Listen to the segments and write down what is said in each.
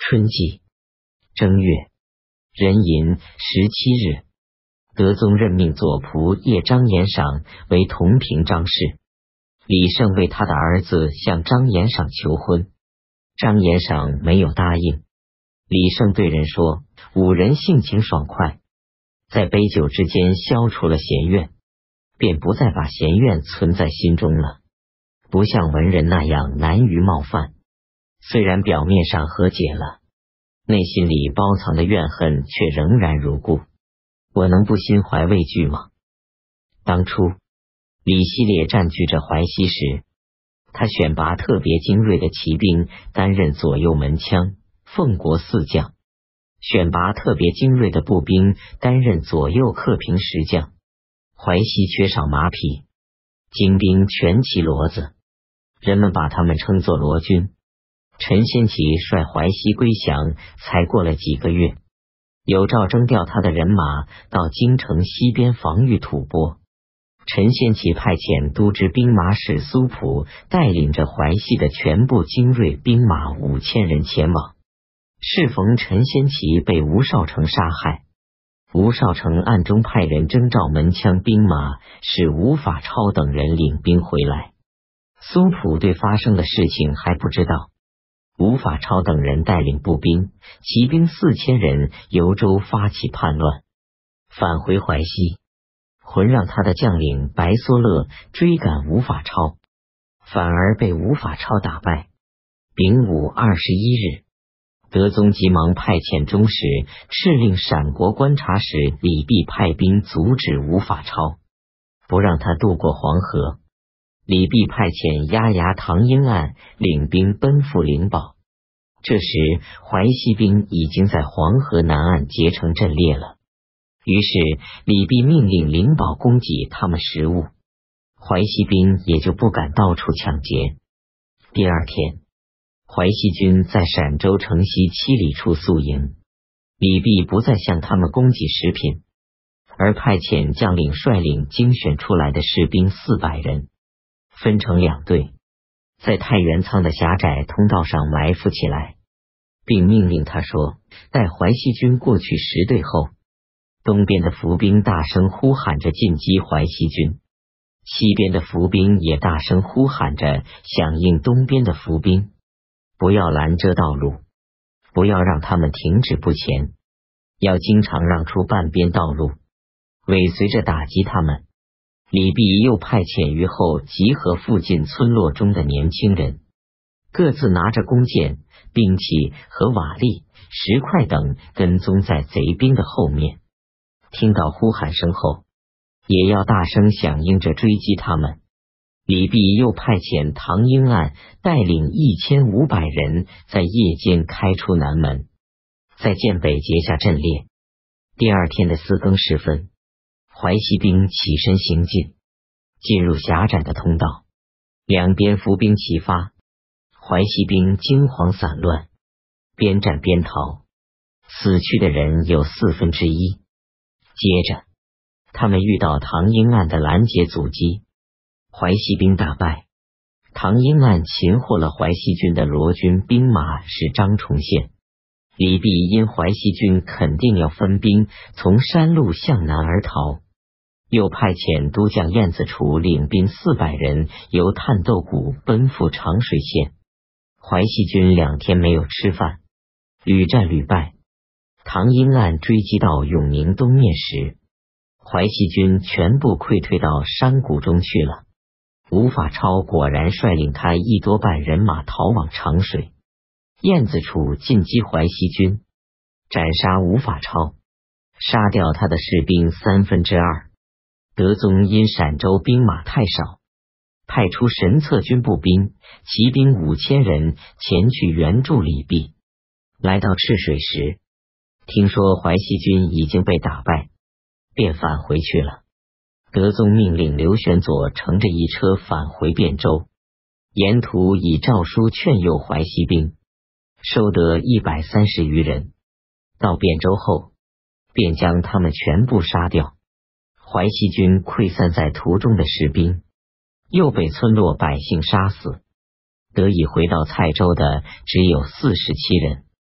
春季正月壬寅17日，德宗任命左仆射张延赏为同平章事。李胜为他的儿子向张延赏求婚，张延赏没有答应。李胜对人说，五人性情爽快，在杯酒之间消除了嫌怨，便不再把嫌怨存在心中了，不像文人那样难于冒犯。虽然表面上和解了，内心里包藏的怨恨却仍然如故。我能不心怀畏惧吗？当初李希烈占据着淮西时，他选拔特别精锐的骑兵担任左右门枪、奉国四将，选拔特别精锐的步兵担任左右克平十将。淮西缺少马匹，精兵全骑骡子，人们把他们称作骡军。陈先奇率淮西归降，才过了几个月，有诏征调他的人马到京城西边防御吐蕃。陈先奇派遣都知兵马使苏普带领着淮西的全部精锐兵马5000人前往。适逢陈先奇被吴少成杀害，吴少成暗中派人征召门枪兵马，使吴法超等人领兵回来。苏普对发生的事情还不知道。吴法超等人带领步兵、骑兵4000人由州发起叛乱，返回淮西，浑让他的将领白梭勒追赶吴法超，反而被吴法超打败。丙午21日，德宗急忙派遣中使敕令陕国观察使李泌派兵阻止吴法超，不让他渡过黄河。李泌派遣押牙唐英案领兵奔赴灵宝，这时淮西兵已经在黄河南岸结成阵列了。于是李泌命令灵宝供给他们食物，淮西兵也就不敢到处抢劫。第二天，淮西军在陕州城西7里处宿营，李泌不再向他们供给食品，而派遣将领率领精选出来的士兵400人，分成2队，在太原仓的狭窄通道上埋伏起来，并命令他说，待淮西军过去10队后，东边的伏兵大声呼喊着进击淮西军，西边的伏兵也大声呼喊着响应东边的伏兵，不要拦遮道路，不要让他们停止不前，要经常让出半边道路，尾随着打击他们。李泌又派遣于后集合附近村落中的年轻人，各自拿着弓箭、兵器和瓦砾、石块等，跟踪在贼兵的后面。听到呼喊声后，也要大声响应着追击他们。李泌又派遣唐英案带领1500人在夜间开出南门，在涧北结下阵列。第二天的4更时分，淮西兵起身行进，进入狭窄的通道，两边伏兵齐发，淮西兵惊慌散乱，边战边逃，死去的人有1/4。接着他们遇到唐英案的拦截阻击，淮西兵大败。唐英案擒获了淮西军的罗军兵马是张崇宪。李泌因淮西军肯定要分兵从山路向南而逃，又派遣都将燕子楚领兵400人由探斗谷奔赴长水县。淮西军2天没有吃饭，屡战屡败。唐英案追击到永宁东面时，淮西军全部溃退到山谷中去了。吴法超果然率领他1多半人马逃往长水。燕子楚进击淮西军，斩杀吴法超，杀掉他的士兵2/3。德宗因陕州兵马太少，派出神策军步兵、骑兵5000人前去援助李泌。来到赤水时，听说淮西军已经被打败，便返回去了。德宗命令刘玄佐乘着一车返回汴州，沿途以诏书劝诱淮西兵，收得130余人。到汴州后，便将他们全部杀掉。淮西军溃散在途中的士兵，又被村落百姓杀死，得以回到蔡州的只有47人。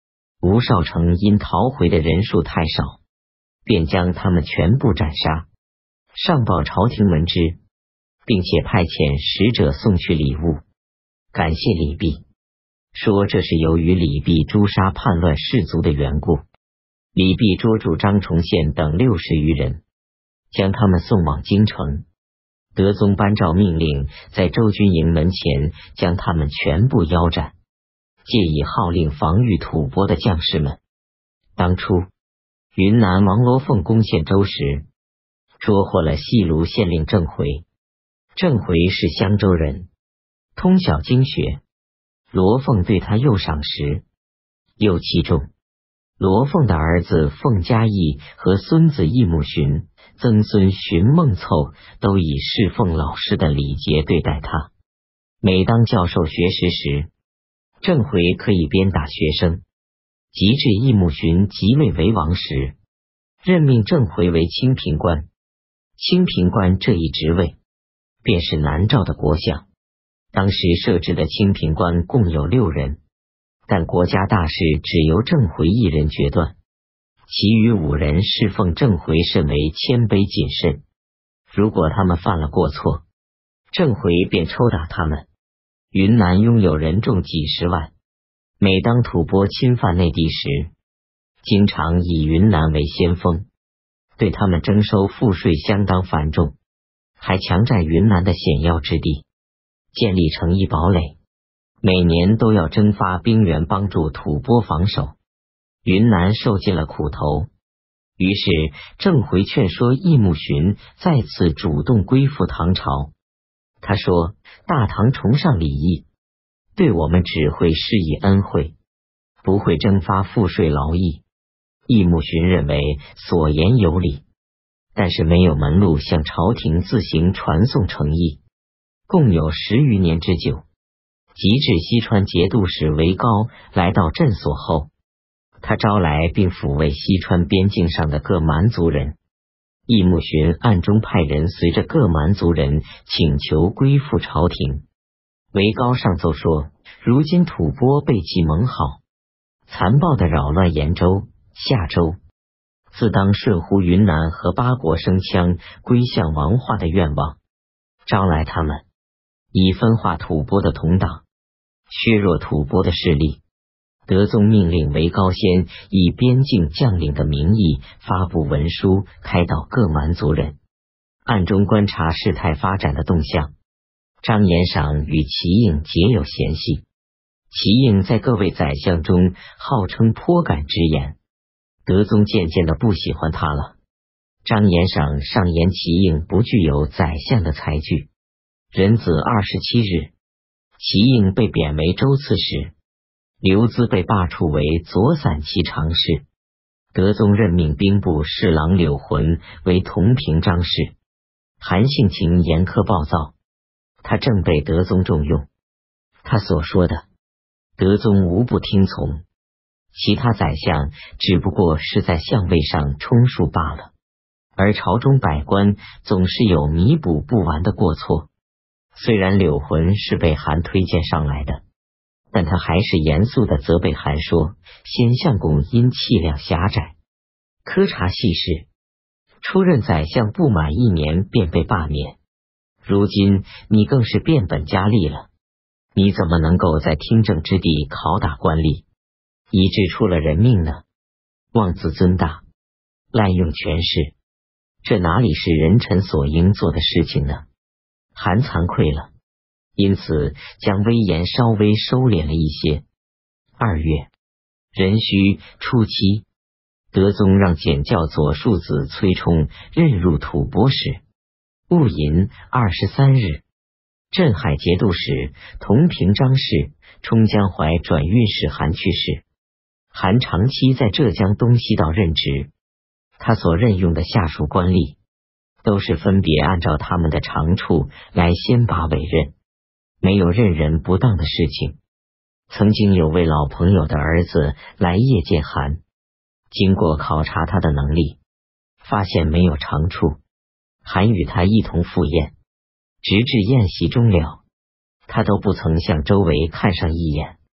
吴少成因逃回的人数太少，便将他们全部斩杀，上报朝廷闻之，并且派遣使者送去礼物，感谢李泌，说这是由于李泌诛杀叛乱士卒的缘故。李泌捉住张崇宪等60余人，将他们送往京城。德宗颁诏命令，在周军营门前将他们全部腰斩，借以号令防御吐蕃的将士们。当初云南王罗凤攻陷周时，捉获了西卢县令郑回。郑回是襄州人，通晓经学，罗凤对他又赏识又器重。罗凤的儿子凤嘉义和孙子义穆寻、曾孙寻孟凑都以侍奉老师的礼节对待他。每当教授学识时，郑回可以鞭打学生。及至义穆寻即位为王时，任命郑回为清平官。清平官这一职位便是南诏的国相。当时设置的清平官共有6人，但国家大事只由郑回一人决断，其余5人侍奉郑回甚为谦卑谨慎。如果他们犯了过错，郑回便抽打他们。云南拥有人众几十万，每当吐蕃侵犯内地时，经常以云南为先锋，对他们征收赋税相当繁重，还强占云南的险要之地，建立城邑堡垒，每年都要征发兵员帮助吐蕃防守。云南受尽了苦头，于是郑回劝说义穆寻再次主动归附唐朝。他说，大唐崇尚礼义，对我们只会施以恩惠，不会征发赋税劳役。义穆寻认为所言有理，但是没有门路向朝廷自行传送诚意。共有10余年之久。及至西川节度使韦高来到镇所后，他招来并抚慰西川边境上的各蛮族人。义穆寻暗中派人随着各蛮族人请求归附朝廷。韦高上奏说，如今吐蕃背弃盟好，残暴地扰乱延州、夏州，自当顺乎云南和八国生羌归向王化的愿望，招来他们，以分化吐蕃的同党，削弱吐蕃的势力。德宗命令韦高先以边境将领的名义发布文书，开导各蛮族人，暗中观察事态发展的动向。张延赏与齐应结有嫌隙，齐应在各位宰相中号称颇敢直言，德宗渐渐的不喜欢他了。张延赏上言齐应不具有宰相的才具。壬子27日，齐应被贬为州刺史，刘资被罢黜为左散骑常侍。德宗任命兵部侍郎柳浑为同平章事。韩性情严苛暴躁，他正被德宗重用，他所说的德宗无不听从，其他宰相只不过是在相位上充数罢了，而朝中百官总是有弥补不完的过错。虽然柳浑是被韩推荐上来的，但他还是严肃地责备韩说，先相公因气量狭窄，苛察细事，出任宰相不满1年便被罢免，如今你更是变本加厉了，你怎么能够在听政之地拷打官吏，以致出了人命呢？妄自尊大，滥用权势，这哪里是人臣所应做的事情呢？韩惭愧了，因此将威严稍微收敛了一些。2月壬戌初七，德宗让检校左庶子崔冲任入吐蕃使。戊寅23日，镇海节度使、同平章事冲江淮转运使韩去世。韩长期在浙江东西道任职，他所任用的下属官吏都是分别按照他们的长处来先拔委任，没有任人不当的事情。曾经有位老朋友的儿子来谒见韩，经过考察他的能力，发现没有长处，韩与他一同赴宴，直至宴席终了，他都不曾向周围看上一眼。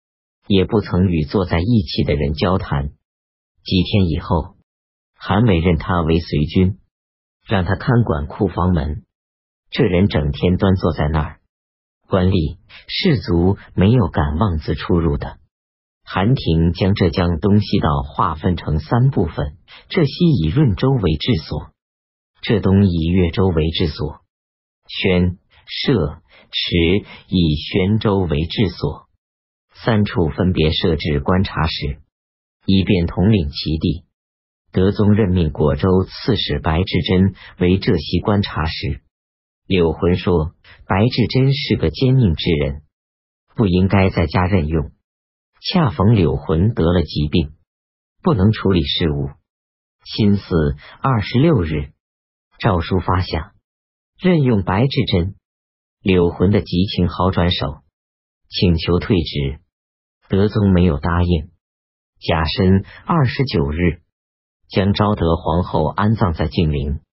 也不曾与坐在一起的人交谈。几天以后，韩伟任他为随军，让他看管库房门。这人整天端坐在那儿，官吏士族没有敢妄自出入的。韩廷将浙江东西道划分成3部分，浙西以润州为治所，浙东以越州为治所，宣、摄、池以宣州为治所。3处分别设置观察使，以便统领其地。德宗任命果州刺史白志珍为浙西观察使。柳浑说，白志珍是个奸佞之人，不应该在家任用。恰逢柳浑得了疾病，不能处理事务。辛巳26日，诏书发下，任用白志珍。柳浑的急情好转手，请求退职，德宗没有答应。甲申29日，将昭德皇后安葬在静陵。